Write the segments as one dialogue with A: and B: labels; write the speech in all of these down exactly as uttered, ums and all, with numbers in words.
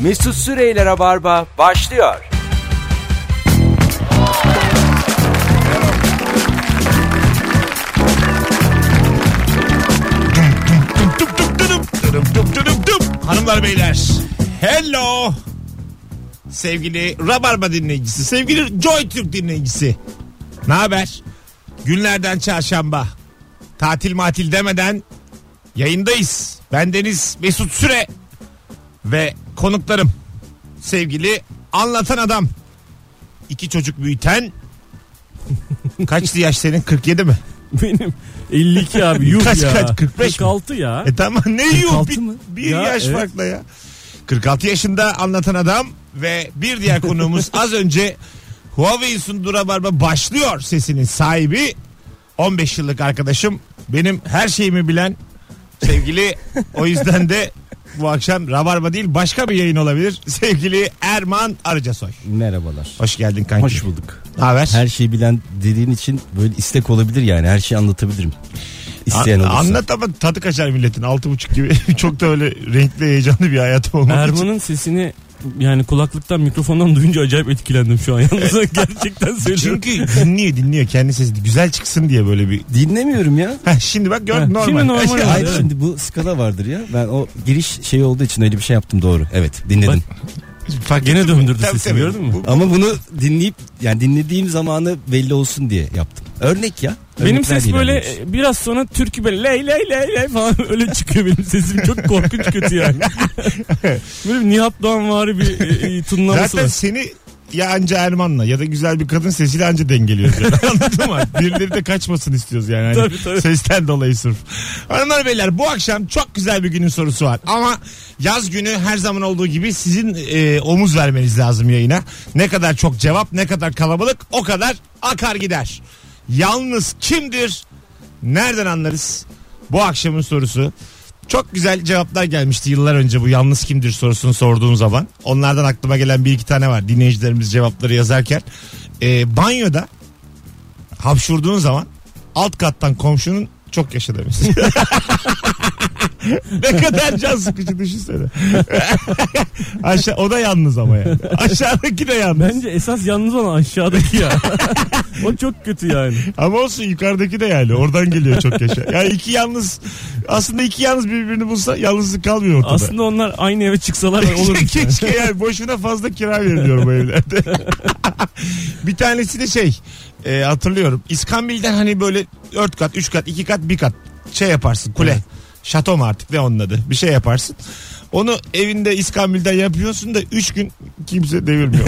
A: Mesut Süreyler'e Barba başlıyor.
B: Hanımlar beyler, hello sevgili Rabarba dinleyicisi, sevgili Joy Türk dinleyicisi, ne haber? Günlerden çarşamba, tatil matil demeden yayındayız. Bendeniz Mesut Süre ve konuklarım sevgili Anlatan Adam, iki çocuk büyüten. Kaçtı yaş senin? kırk yedi mi?
C: Benim elli iki abi, yuh
B: kaç,
C: ya.
B: Kaç kırk beş
C: kırk altı
B: mi?
C: ya.
B: E tamam, ne yuh, bir, bir
C: ya,
B: yaş
C: evet.
B: farkla ya. kırk altı yaşında Anlatan Adam ve bir diğer konuğumuz az önce Huawei'in sunduğu Rabarba başlıyor sesinin sahibi, on beş yıllık arkadaşım, benim her şeyimi bilen sevgili, o yüzden de bu akşam Rabarba değil başka bir yayın olabilir, sevgili Erman Arıcasoy.
D: Merhabalar.
B: Hoş geldin kanki.
D: Hoş bulduk.
B: Ne haber?
D: Her şeyi bilen dediğin için böyle istek olabilir yani. Her şeyi anlatabilirim. İsteyen
B: An-
D: olursa.
B: Anlat ama tadı kaçar milletin. Altı buçuk gibi çok da öyle renkli, heyecanlı bir hayatım olmak için.
C: Erman'ın sesini yani kulaklıktan, mikrofondan duyunca acayip etkilendim şu an. Yalnız gerçekten söylüyorum.
B: Çünkü dinliyor dinliyor kendi sesi güzel çıksın diye böyle bir.
D: Dinlemiyorum ya.
B: Heh, şimdi bak gör,
C: Heh,
B: normal.
C: şimdi normal.
D: Hayır,
C: Evet.
D: şimdi bu skala vardır ya. Ben o giriş şey olduğu için öyle bir şey yaptım, doğru. Evet, dinledim.
B: Fark
C: Gene
B: ettin mi?
C: döndürdü
B: Tabii,
C: sesini,
B: tabii.
C: gördün mü?
B: Bu-
D: Ama bunu dinleyip yani dinlediğim zamanı belli olsun diye yaptım. Örnek ya.
C: Benim
D: Örnekler
C: ses böyle
D: ilerliyoruz.
C: biraz sonra türkü böyle ley ley ley ley falan öyle çıkıyor benim sesim. Çok korkunç kötü yani. Böyle bir Nihat Doğanvari bir e, e, tınlaması
B: Zaten
C: var.
B: seni ya anca Erman'la ya da güzel bir kadın sesiyle anca dengeliyoruz yani. Anladın mı? Birileri de kaçmasın istiyoruz yani. Hani
C: Tabii, tabii.
B: sesten dolayı sırf. Hanımlar beyler, bu akşam çok güzel bir günün sorusu var. Ama yaz günü her zaman olduğu gibi sizin e, omuz vermeniz lazım yayına. Ne kadar çok cevap, ne kadar kalabalık, o kadar akar gider. Yalnız kimdir? Nereden anlarız? Bu akşamın sorusu. Çok güzel cevaplar gelmişti yıllar önce bu yalnız kimdir sorusunu sorduğum zaman. Onlardan aklıma gelen bir iki tane var. Dinleyicilerimiz cevapları yazarken. Ee, banyoda hapşurduğun zaman alt kattan komşunun çok yaşa demiş. Ne kadar can sıkıcı, düşünsene. Aşağı, o da yalnız ama yani. Aşağıdaki de yalnız.
C: Bence esas yalnız olan aşağıdaki ya. O çok kötü yani.
B: Ama olsun, yukarıdaki de yani. Oradan geliyor çok yaşa. Yani iki yalnız, aslında iki yalnız birbirini bulsa yalnızlık kalmıyor ortada.
C: Aslında onlar aynı eve çıksalar olur.
B: Keşke yani, boşuna fazla kira veriliyor bu evlerde. Bir tanesi de şey e, hatırlıyorum. İskambil'den hani böyle dört kat, üç kat, iki kat, bir kat şey yaparsın, kule. Evet. Şato mu artık ne onun adı, bir şey yaparsın. Onu evinde İskambil'den yapıyorsun da üç gün kimse devirmiyor.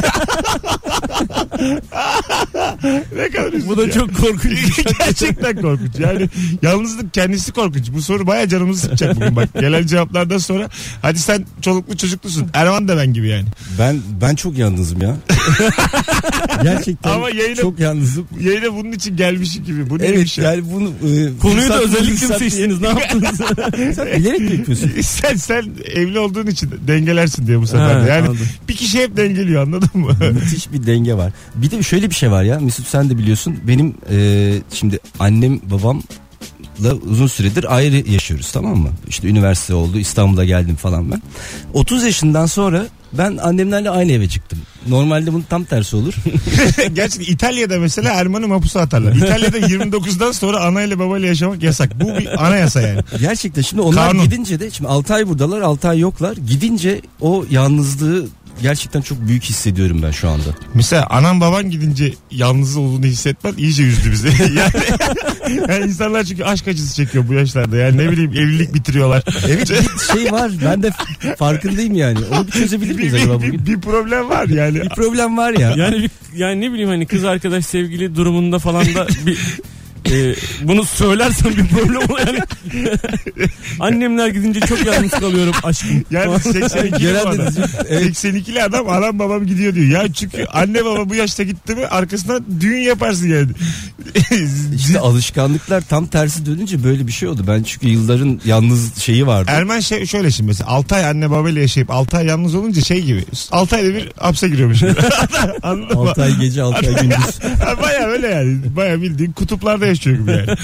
B: Ne kadar üzücü.
C: Bu da
B: ya.
C: çok korkunç.
B: Gerçekten korkunç. Yani yalnızlık kendisi korkunç. Bu soru baya canımızı sıkacak bugün bak. Gelen cevaplardan sonra hadi sen çoluklu çocuklusun. Erman da ben gibi yani.
D: Ben ben çok yalnızım ya. Gerçekten
B: Ama yayına,
D: çok yalnızım.
B: Yayına bunun için gelmiş gibi. Bu
D: Evet
B: neymiş ya?
D: yani bunu e,
C: Konuyu da
D: fırsat-
C: özellikle mi
D: fırsat diye-
C: seçtiniz? Ne yaptınız?
D: Sen bilerek mi yapıyorsun?
B: sen sen evli olduğun için dengelersin diye bu sefer de.
C: Ha,
B: Yani
C: anladım.
B: bir kişi hep dengeliyor, anladın mı?
D: Müthiş bir denge var. Bir de şöyle bir şey var ya Mesut, sen de biliyorsun. Benim e, şimdi annem babamla uzun süredir ayrı yaşıyoruz, tamam mı? İşte üniversite oldu, İstanbul'a geldim falan ben. otuz yaşından sonra ben annemlerle aynı eve çıktım. Normalde bunun tam tersi olur.
B: Gerçekten İtalya'da mesela Erman'ı mapusa atarlar. İtalya'da yirmi dokuzdan sonra anayla babayla yaşamak yasak. Bu bir anayasa yani.
D: Gerçekten şimdi onlar
B: Kanun.
D: gidince de şimdi altı ay buradalar, altı ay yoklar. Gidince o yalnızlığı gerçekten çok büyük hissediyorum ben şu anda.
B: Mesela anan baban gidince yalnız olduğunu hissetmen iyice üzdü bizi. yani, yani insanlar çünkü aşk acısı çekiyor bu yaşlarda. Yani ne bileyim, evlilik bitiriyorlar.
D: Evet, bir şey var, ben de farkındayım yani. Onu bir çözebilir miyiz
B: bir,
D: acaba
B: bir,
D: bugün?
B: bir, bir problem var yani.
D: Bir problem var ya.
C: Yani bir, yani ne bileyim hani kız arkadaş sevgili durumunda falan da bir e, bunu söylersen bir problem oluyor yani. Annemler gidince çok yalnız kalıyorum aşkım.
B: Yani seksen ikili bu adam.
D: Evet.
B: seksen ikili adam anam babam gidiyor diyor. Ya çünkü anne baba bu yaşta gitti mi arkasından düğün yaparsın yani.
D: İşte alışkanlıklar tam tersi dönünce böyle bir şey oldu. Ben çünkü yılların yalnız şeyi vardı.
B: Ermen şey şöyle şimdi mesela altı ay anne babayla yaşayıp altı ay yalnız olunca şey gibi altı ayda bir hapse giriyormuş gibi. Anladın mı?
D: altı ay gece altı ay gündüz.
B: Baya öyle yani. Baya bildiğin kutuplarda yaşıyor gibi yani.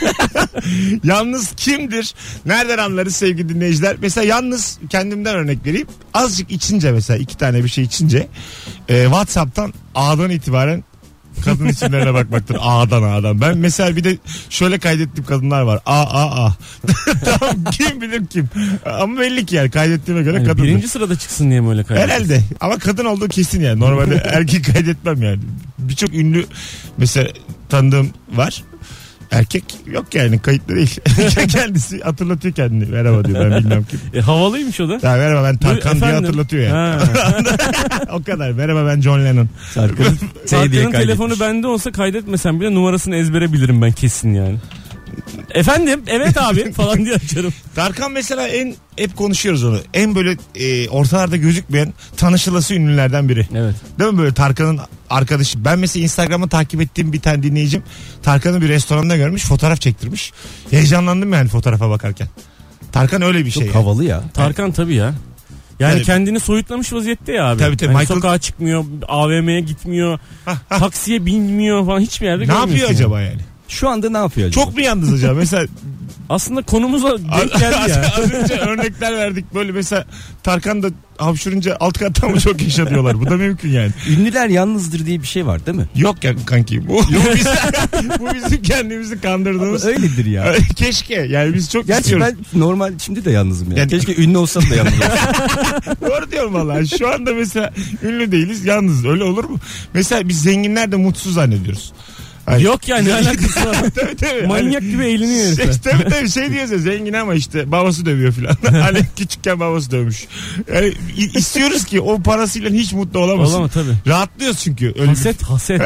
B: Yalnız kimdir? Nereden anlarız sevgili dinleyiciler? Mesela yalnız kendimden örnek vereyim. Azıcık içince mesela iki tane bir şey içince e, WhatsApp'tan A'dan itibaren kadın isimlerine bakmaktır. A'dan A'dan. Ben mesela bir de şöyle kaydettiğim kadınlar var. A A A. Tamam kim bilir kim. Ama belli ki yani kaydettiğime göre
C: Yani
B: kadın.
C: birinci sırada çıksın diye mi öyle kaydediyorsun?
B: Herhalde. Ama kadın olduğu kesin yani. Normalde erkek kaydetmem yani. Birçok ünlü mesela tanıdığım var. Erkek yok yani kayıtlı değil. Kendisi hatırlatıyor kendini. Merhaba diyor ben bilmem kim.
C: E, havalıymış o da.
B: Ya merhaba ben Tarkan
C: Buyur,
B: diye
C: efendim?
B: hatırlatıyor yani.
C: Ha.
B: O kadar. Merhaba ben John Lennon.
D: Tarkan'ın
C: Tarkan'ın telefonu bende olsa kaydetmesem bile numarasını ezbere bilirim ben kesin yani. Efendim evet abi falan diye açarım.
B: Tarkan mesela en hep konuşuyoruz onu. En böyle e, ortalarda gözükmeyen tanışılası ünlülerden biri.
C: Evet.
B: Değil mi böyle Tarkan'ın arkadaşı. Ben mesela Instagram'ı takip ettiğim bir tane dinleyicim Tarkan'ı bir restoranda görmüş, fotoğraf çektirmiş. Heyecanlandım yani fotoğrafa bakarken. Tarkan öyle bir
D: çok
B: şey.
D: havalı ya.
C: Tarkan tabii ya. Yani,
B: Yani-
C: kendini soyutlamış vaziyette ya abi.
B: Tabii tabii,
C: Hani
B: Michael-
C: sokağa çıkmıyor, A V M'ye gitmiyor, taksiye binmiyor falan hiçbir yerde
B: Ne
C: görmüyorsun
B: yapıyor
C: yani.
B: acaba yani?
D: Şu anda ne yapıyor acaba?
B: Çok mu yalnız acaba? Mesela
C: Aslında konumuza denk geldi ya.
B: az önce örnekler verdik. Böyle mesela Tarkan da hapşurunca alt kattan mı çok yaşa diyorlar. Bu da mümkün yani.
D: Ünlüler yalnızdır diye bir şey var değil mi?
B: Yok ya kanki. Bu, bu, bizim, bu bizim kendimizi kandırdığımız.
D: Öyledir ya.
B: Keşke. Yani biz çok
D: Gerçi
B: istiyoruz.
D: ben normal şimdi de yalnızım yani.
B: Yani-
D: Keşke ünlü olsam da yalnız olsam.
B: Doğru diyorum valla. Şu anda mesela ünlü değiliz. Yalnız öyle olur mu? Mesela biz zenginler de mutsuz zannediyoruz. Hani-
C: Yok yani ne alakası var?
B: tabii tabii.
C: Manyak
B: Hani-
C: gibi eğleniyor
B: Şey,
C: herifler.
B: tabii tabii şey diyoruz ya zengin ama işte babası dövüyor filan. Hani küçükken babası dövmüş. Yani i- istiyoruz ki o parasıyla hiç mutlu olamasın.
C: Olamaz tabii.
B: Rahatlıyoruz çünkü. Öyle
C: Haset haset.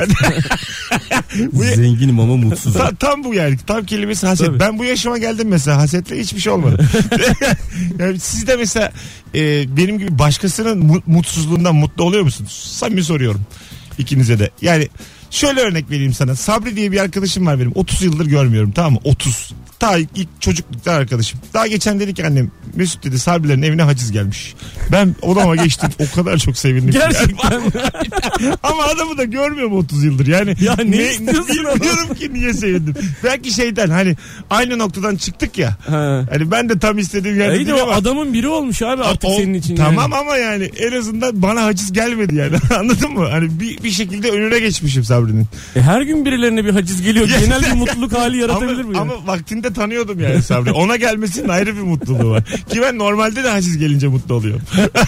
B: Bu-
D: Zenginim ama mutsuzum.
B: Ta- tam bu yani. Tam kelimesi haset.
C: Tabii.
B: Ben bu yaşıma geldim mesela. Hasetle hiçbir şey olmadı. Yani siz de mesela e, benim gibi başkasının mu- mutsuzluğundan mutlu oluyor musunuz? Samimi soruyorum. İkinize de. Yani şöyle örnek vereyim sana. Sabri diye bir arkadaşım var benim. otuz yıldır görmüyorum, tamam mı? otuz. Ta ilk çocukluktan arkadaşım. Daha geçen dedi ki annem Mesut dedi Sabrilerin evine haciz gelmiş. Ben odama geçtim. O kadar çok sevindim. ki.
C: Gerçekten.
B: Ama adamı da görmüyorum otuz yıldır. Yani
C: Ya ne istiyorsun
B: bilmiyorum ki niye sevindim. Belki şeyden hani aynı noktadan çıktık ya.
C: Ha.
B: Hani ben de tam istediğim yerde
C: İyi de
B: değilim
C: o
B: ama.
C: adamın biri olmuş abi artık
B: O-
C: senin için.
B: Tamam
C: yani.
B: ama yani en azından bana haciz gelmedi yani. Anladın mı? Hani bir, bir şekilde önüne geçmişim Sabri'nin.
C: E, her gün birilerine bir haciz geliyor. Genel bir mutluluk hali yaratabilir
B: ama,
C: mi? yani?
B: ama vaktinde tanıyordum yani Sabri. Ona gelmesinin ayrı bir mutluluğu var. Ki ben normalde de haciz gelince mutlu oluyorum.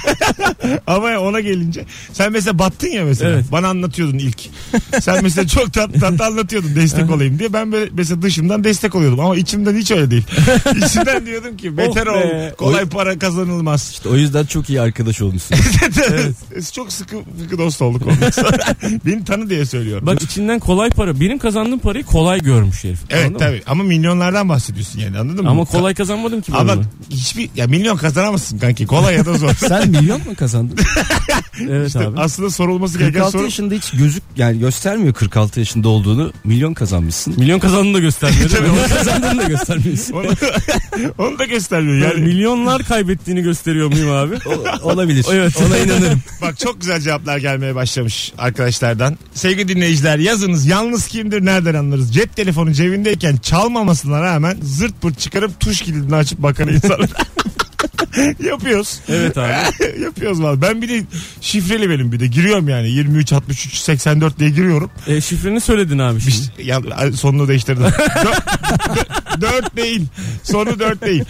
B: Ama ona gelince sen mesela battın ya mesela.
C: Evet.
B: Bana anlatıyordun ilk. Sen mesela çok tatlı tatlı anlatıyordun destek olayım diye. Ben böyle mesela dışımdan destek oluyordum ama içimden hiç öyle değil. İçimden diyordum ki beter
C: Oh be.
B: ol. Kolay para kazanılmaz.
D: İşte o yüzden çok iyi arkadaş olmuşsun.
B: Evet. Çok sıkı, sıkı dost olduk ondan sonra. Beni tanı diye söylüyorum.
C: Bak içinden kolay para. Benim kazandığım parayı kolay görmüş herif.
B: Evet
C: Anladın mı?
B: tabii ama milyonlardan bahsediyorsun yani anladın mı?
C: Ama kolay kazanmadım ki ben
B: Ama
C: onu.
B: hiçbir ya milyon kazanamazsın kanki kolay ya da zor.
D: Sen milyon mu kazandın?
C: Evet
B: İşte
C: abi.
B: aslında sorulması gereken
D: kırk altı
B: soru.
D: yaşında hiç gözük yani göstermiyor kırk altı yaşında olduğunu. Milyon kazanmışsın.
C: Milyon kazandığını da göstermiyor. değil mi?
B: Tabii.
C: Milyon kazandığını da göstermiyorsun.
B: Onu, onu da göstermiyor
C: Yani
B: yani.
C: milyonlar kaybettiğini gösteriyor muyum abi?
D: O- olabilir.
C: Evet.
D: Ona inanırım.
B: Bak çok güzel cevaplar gelmeye başlamış arkadaşlardan. Sevgili dinleyiciler yazınız yalnız kimdir nereden anlarız? Cep telefonu cebindeyken çalmamasına rağmen zırt pırt çıkarıp tuş kilidini açıp bakan insanlar. Yapıyoruz.
C: Evet abi.
B: Yapıyoruz valla. Ben bir de şifreli benim bir de giriyorum yani yirmi üç altmış üç seksen dört diye giriyorum.
C: E, şifreni söyledin abi şimdi.
B: Ya, sonunu değiştirdim. Dört, dört değil. Sonu dört değil.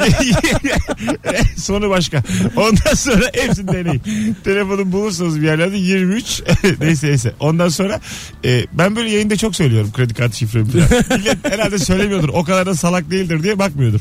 B: Sonu başka. Ondan sonra hepsini deneyin. Telefonu bulursanız bir yerlerde yirmi üç. neyse neyse. Ondan sonra e, ben böyle yayında çok söylüyorum kredi kartı şifremi. falan. Millet herhalde söylemiyordur. O kadar da salak değildir diye bakmıyordur.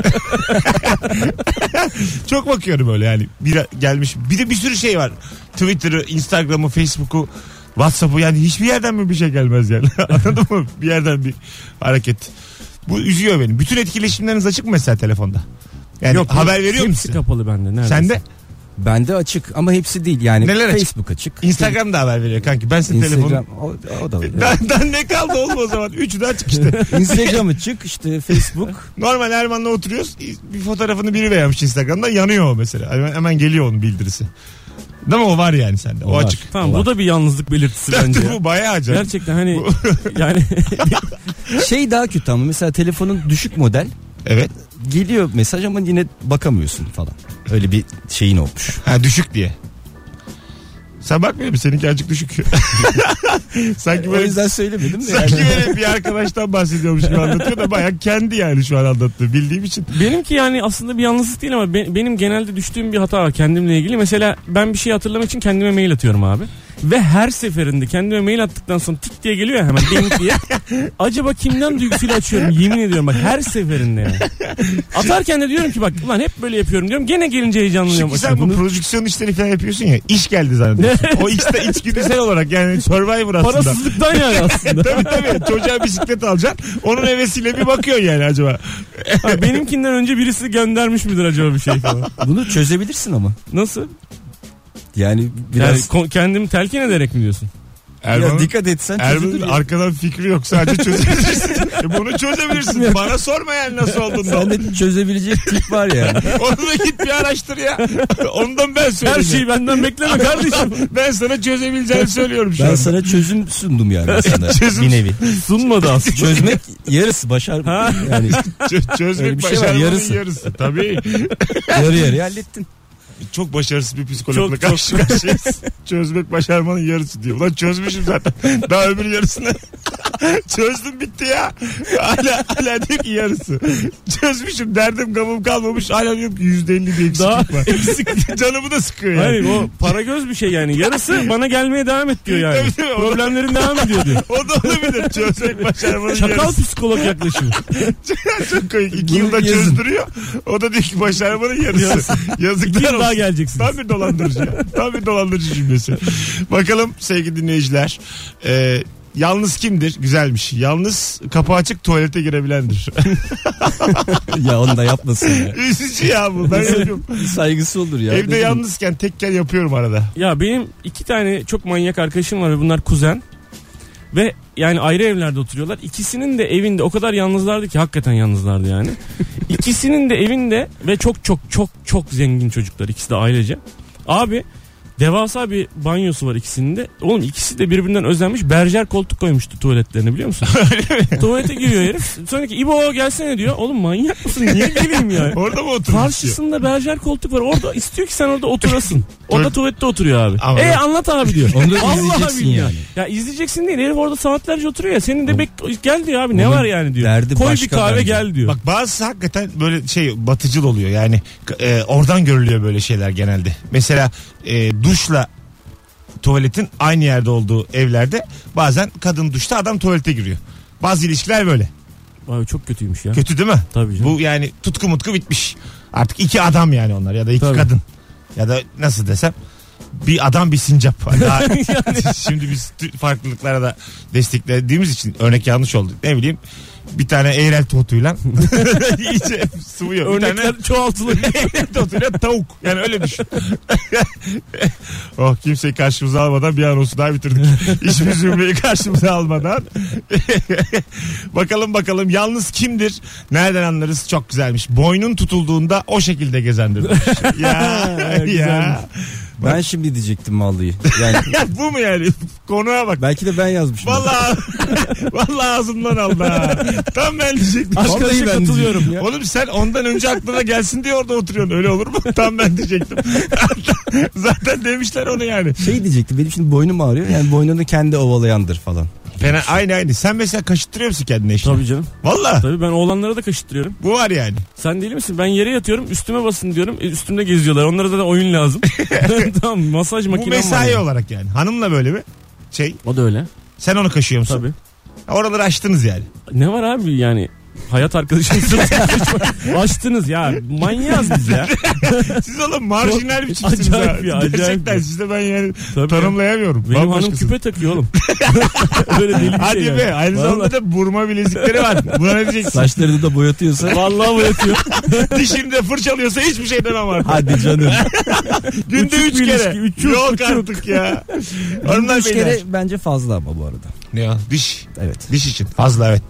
B: Çok bakıyorum öyle yani. Bir gelmiş. Bir de bir sürü şey var. Twitter'ı, Instagram'ı, Facebook'u, WhatsApp'ı yani hiçbir yerden mi bir şey gelmez yani. Anladın mı? Bir yerden bir hareket. Bu üzüyor beni. Bütün etkileşimleriniz açık mı mesela telefonda? Yani
C: Yok,
B: haber veriyor
C: hepsi
B: musun?
C: kapalı bende. Neredeyse.
B: Sen de?
D: Bende açık ama hepsi değil yani.
B: Neler açık?
D: Facebook açık.
B: Instagram da haber veriyor kanki. Ben senin
D: Instagram
B: telefonu.
D: o, o da var.
B: Benden ne kaldı oğlum o zaman? Üçü de açık işte.
D: Instagram açık, işte Facebook.
B: Normal Erman'la oturuyoruz. Bir fotoğrafını biri beğenmiş Instagram'da, yanıyor o mesela. Hemen, hemen geliyor onun bildirisi. Değil mi? O var yani sende. O,
D: O var.
B: açık.
C: Tamam, bu da bir yalnızlık belirtisi bence.
B: Bu bayağı acayip.
C: Gerçekten hani yani
D: Şey daha kötü ama mesela telefonun düşük model,
B: Evet.
D: geliyor mesaj ama yine bakamıyorsun falan. Öyle bir şeyin olmuş.
B: Ha, düşük diye. Sen bakmıyor musun? Seninki azıcık düşük. Sanki
D: O
B: böyle,
D: yüzden söylemedim de
B: sanki
D: yani.
B: böyle bir arkadaştan bahsediyormuş gibi anlatıyor da bayağı kendi yani şu an anlattığı, bildiğim için.
C: benimki yani aslında bir yalnızlık değil ama be- benim genelde düştüğüm bir hata var kendimle ilgili. Mesela ben bir şey hatırlamak için kendime mail atıyorum abi. Ve her seferinde kendime mail attıktan sonra tik diye geliyor ya hemen ding diye. Acaba kimden duygusuyla açıyorum, yemin ediyorum bak, her seferinde yani. Atarken de diyorum ki bak ulan hep böyle yapıyorum diyorum. Gene gelince heyecanlanıyorum.
B: Çünkü sen bu
C: Bunu
B: prodüksiyon işleri falan yapıyorsun ya, iş geldi zannediyorsun. O içte içgüdüsel olarak yani Survivor aslında.
C: parasızlıktan yani aslında.
B: Tabii tabii, çocuğa bisiklet alacaksın, onun hevesiyle bir bakıyorsun yani acaba.
C: Ha, benimkinden önce birisi göndermiş midir acaba bir şey falan.
D: Bunu çözebilirsin ama.
C: Nasıl?
D: Yani biraz
C: Yani ko- kendimi telkin ederek mi diyorsun?
B: Erman,
D: biraz dikkat etsen
B: Erman'ın
D: çözülür ya.
B: arkadan fikri yok, sadece çözebilirsin. E bunu çözebilirsin. Bana sorma yani nasıl olduğunu.
D: Sende çözebilecek tip var yani.
B: Onu da git bir araştır ya. Ondan ben
C: Her
B: söyleyeyim.
C: şeyi benden bekleme kardeşim.
B: Ben sana çözebileceğini söylüyorum şu
D: Ben
B: anda.
D: sana çözüm sundum yani aslında.
B: Çözüm-
D: Bir nevi.
C: Sunmadı aslında.
D: Çözmek yarısı başar.
C: Ha?
D: Yani
B: Çö- çözmek
D: Öyle bir şey var,
B: başarmanın
D: yarısı.
B: yarısı. Tabii.
D: yarı yarı hallettin.
B: Çok başarısız bir psikologla
C: Çok, çok.
B: karşı karşıyayız. Çözmek başarmanın yarısı diyor. Ulan çözmüşüm zaten. Daha öbür yarısını çözdüm, bitti ya. Hala, hala diyor ki yarısı. Çözmüşüm, derdim gamım kalmamış. Hala diyorum ki yüzde elli bir
C: Daha
B: eksiklik var. Canımı da sıkıyor yani.
C: Hayır, o para göz bir şey yani. Yarısı bana gelmeye devam et diyor yani.
B: Tabii, tabii. O da-
C: Problemlerin devam ediyor diyor.
B: O da olabilir. Çözmek başarmanın
C: Çakal
B: yarısı.
C: psikolog yaklaşımı.
B: Çok komik. İki
D: Bunu
B: yılda
D: yazın.
B: çözdürüyor. O da diyor ki başarmanın yarısı.
C: İki
B: Yazıklar
C: yıl daha
B: olsun.
C: geleceksiniz.
B: Tam bir dolandırıcı ya. Tam bir dolandırıcı cümlesi. Bakalım sevgili dinleyiciler. Ee, yalnız kimdir? Güzelmiş. Yalnız kapı açık tuvalete girebilendir.
D: Ya onu da yapmasın ya.
B: Üzücü ya bu. Ben yapıyorum.
D: Bir saygısı olur ya. Ne
B: Evde
D: bileyim.
B: yalnızken tekken yapıyorum arada.
C: Ya benim iki tane çok manyak arkadaşım var ve bunlar kuzen. Ve yani ayrı evlerde oturuyorlar. İkisinin de evinde o kadar yalnızlardı ki, hakikaten yalnızlardı yani. İkisinin de evinde ve çok çok çok çok zengin çocuklar, ikisi de ailece. Abi devasa bir banyosu var ikisinin de. Oğlum ikisi de birbirinden özenmiş, berjer koltuk koymuştu tuvaletlerine, biliyor musun? Tuvalete giriyor herif. Sonraki İbo gelsene diyor. Oğlum manyak mısın? Niye geleyim yani?
B: Orada mı oturuyorsun?
C: Karşısında berjer koltuk var. Orada istiyor ki sen orada oturasın. O da tuvalette oturuyor abi.
B: Ama-
C: E anlat abi diyor.
D: Onu da
C: Vallahi
D: izleyeceksin
C: billahi.
D: yani.
C: Ya izleyeceksin değil. Herif orada saatlerce oturuyor ya. Senin de bek gel diyor abi. Ne
D: Onun
C: var yani diyor.
D: derdi
C: Koy bir
D: başka
C: kahve
D: bence.
C: gel diyor.
B: Bak bazısı hakikaten böyle şey batıcıl oluyor yani, e, oradan görülüyor böyle şeyler genelde. Mesela e, duşla tuvaletin aynı yerde olduğu evlerde bazen kadın duşta, adam tuvalete giriyor. Bazı ilişkiler böyle.
C: Abi çok kötüymüş ya.
B: Kötü değil mi?
C: Tabii canım.
B: Bu yani tutku mutku bitmiş. Artık iki adam yani onlar, ya da iki
C: Tabii.
B: kadın. Ya da nasıl desem, bir adam bir sincap. Hani daha- Şimdi biz tü- farklılıklara da desteklediğimiz için örnek yanlış oldu. Ne bileyim, bir tane eğrel totuyla iyice sıvıyor. Bir tane
C: Örnekler çoğaltılıyor.
B: eğrel totuyla tavuk. Yani öyle düşün. Oh, kimseyi karşımıza almadan bir anonsu daha bitirdik. Hiçbir zümreyi karşımıza almadan. Bakalım bakalım yalnız kimdir? Nereden anlarız? Çok güzelmiş. Boynun tutulduğunda o şekilde gezendir. ya ya.
D: Ben şimdi diyecektim vallahi. Yani
B: Bu mu yani? Konuğa bak.
D: belki de ben yazmışım.
B: Vallahi vallahi ağzımdan aldı ha. Tam ben diyecektim.
C: Arkadaşa
D: Vallahi ben
C: katılıyorum.
D: diyecektim ya.
B: Oğlum sen ondan önce aklına gelsin diye orada oturuyorsun. Öyle olur mu? Tam ben diyecektim. Zaten demişler onu yani.
D: Şey diyecektim, benim şimdi boynum ağrıyor. Yani boynunu kendi ovalayandır falan.
B: Fena, aynı aynı. Sen mesela kaşıttırıyor musun kendine işte?
C: Tabii canım.
B: Valla.
C: Tabii ben oğlanlara da kaşıttırıyorum.
B: Bu var yani.
C: Sen deli misin? Ben yere yatıyorum, üstüme basın diyorum. E, üstümde geziyorlar. Onlara zaten oyun lazım. Tamam, masaj
B: Bu
C: makinem var.
B: mesai
C: yani.
B: olarak yani. Hanımla böyle mi? Şey.
C: O da öyle.
B: Sen onu kaşıyor musun?
C: Tabii.
B: Oraları açtınız yani.
C: Ne var abi yani? hayat arkadaşınız açtınız ya. Manyağız biz ya.
B: Siz oğlum marjinal bir çiftsiniz.
C: Acayip ya, acayip
B: Gerçekten
C: ya.
B: siz de ben yani
C: Tabii.
B: tanımlayamıyorum.
C: Benim hanım
B: Bambaşkasınız.
C: küpe takıyor oğlum. Öyle deli bir
B: Hadi
C: şey
B: be
C: yani.
B: aynı
C: Vallahi.
B: zamanda da burma bilezikleri var. Buna ne diyeceksin?
D: Saçlarını da boyatıyorsa.
C: Vallahi boyatıyor.
B: Dişimde fırçalıyorsa hiçbir şey demem artık.
D: Hadi canım.
B: Günde
C: Uçuk
B: üç
C: bir
B: kere.
C: ilişki, uçuk,
B: Yok
C: uçuk.
B: artık ya. Hanımlar
D: Üç
B: beyler.
D: kere bence fazla ama bu arada.
B: Ne ya? Diş.
D: Evet.
B: Diş için. Fazla evet.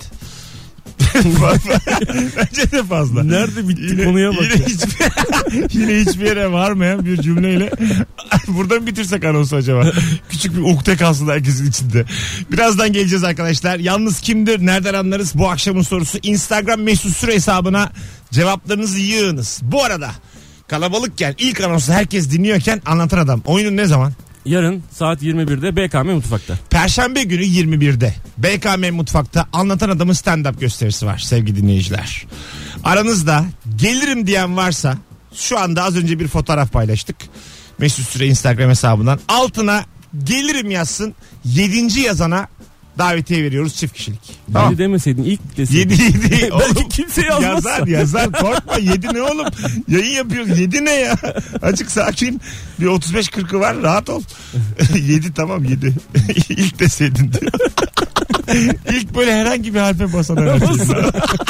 B: Bence de fazla.
C: Nerede bitti
B: Yine,
C: konuya bak.
B: yine, hiçbir, yine hiçbir yere varmayan bir cümleyle buradan bitirsek anonsu acaba. Küçük bir ukde kalsın herkesin içinde. Birazdan geleceğiz arkadaşlar. Yalnız kimdir? Nereden anlarız? Bu akşamın sorusu Instagram mesut süre hesabına cevaplarınızı yığınız. Bu arada kalabalıkken ilk anonsu herkes dinliyorken Anlatan Adam oyunun ne zaman?
C: Yarın saat yirmi birde B K M Mutfak'ta.
B: Perşembe günü yirmi birde B K M Mutfak'ta Anlatan Adam'ın stand-up gösterisi var sevgili dinleyiciler. Aranızda gelirim diyen varsa şu anda az önce bir fotoğraf paylaştık. Mesut Süre Instagram hesabından altına gelirim yazsın. Yedinci yazana davetiye veriyoruz çift kişilik. Tamam.
C: Yedi demeseydin ilk deseydin.
B: Yedi yedi.
C: Belki
B: Oğlum,
C: kimse yazmazsa.
B: yazar yazar korkma yedi ne oğlum yayın yapıyoruz yedi ne ya açık sakin bir otuz beş kırkı var rahat ol. Yedi tamam yedi. İlk deseydin diyor. İlk böyle herhangi bir harfe basan arasında.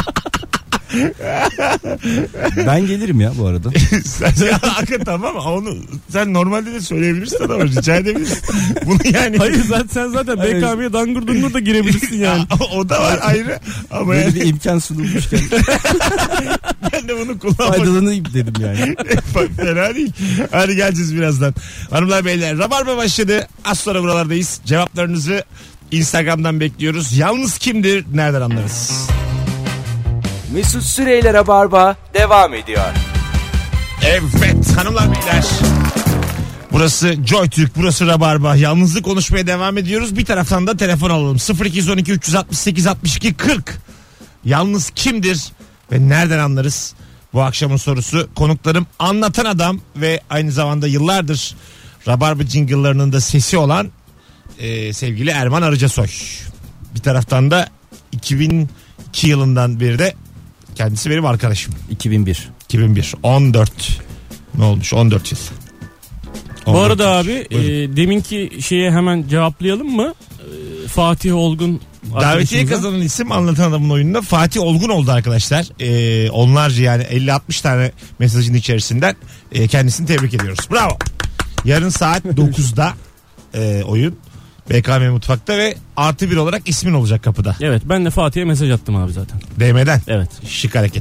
D: Ben gelirim ya bu arada.
B: Sen ya, hakikaten tamam onu sen normalde de söyleyebilirsin ama rica edebilirsin. Bunu yani.
C: Hayır zaten sen zaten B K M'ye dangur dungur da girebilirsin yani.
B: O da var ayrı ama
D: Böyle
B: yani
D: bir imkan sunulmuşken
B: ben de bunu kullanmak
D: faydalanayım dedim yani.
B: Bak fena değil. Hadi geleceğiz birazdan. Hanımlar beyler Rabarba başladı. Az sonra buralardayız. Cevaplarınızı Instagram'dan bekliyoruz. Yalnız kimdir? Nereden anlarız?
A: Mesut Süreyler'e barba devam ediyor.
B: Evet hanımlar beyler. Burası Joy Türk, burası Rabarba. Yalnızlık konuşmaya devam ediyoruz. Bir taraftan da telefon alalım. sıfır iki on iki üç altı sekiz altmış iki kırk. Yalnız kimdir ve nereden anlarız? Bu akşamın sorusu. Konuklarım Anlatan Adam ve aynı zamanda yıllardır Rabarba jingle'larının da sesi olan e, sevgili Erman Arıcasoy. Bir taraftan da iki bin iki yılından beri de kendisi benim arkadaşım.
D: iki bin bir.
B: iki bin bir. on dört. Ne olmuş? on dört yıl.
C: Bu
B: on dört
C: arada
B: yıl.
C: abi e, deminki şeye hemen cevaplayalım mı? E, Fatih Olgun
B: Davetiye
C: arkadaşımıza.
B: kazanan isim Anlatan Adam'ın oyununda Fatih Olgun oldu arkadaşlar. Ee, onlarca yani elli altmış tane mesajın içerisinden e, kendisini tebrik ediyoruz. Bravo. Yarın saat dokuzda e, oyun B K M Mutfak'ta ve artı bir olarak ismin olacak kapıda.
C: Evet ben de Fatih'e mesaj attım abi zaten.
B: D M'den.
C: Evet.
B: Şık hareket.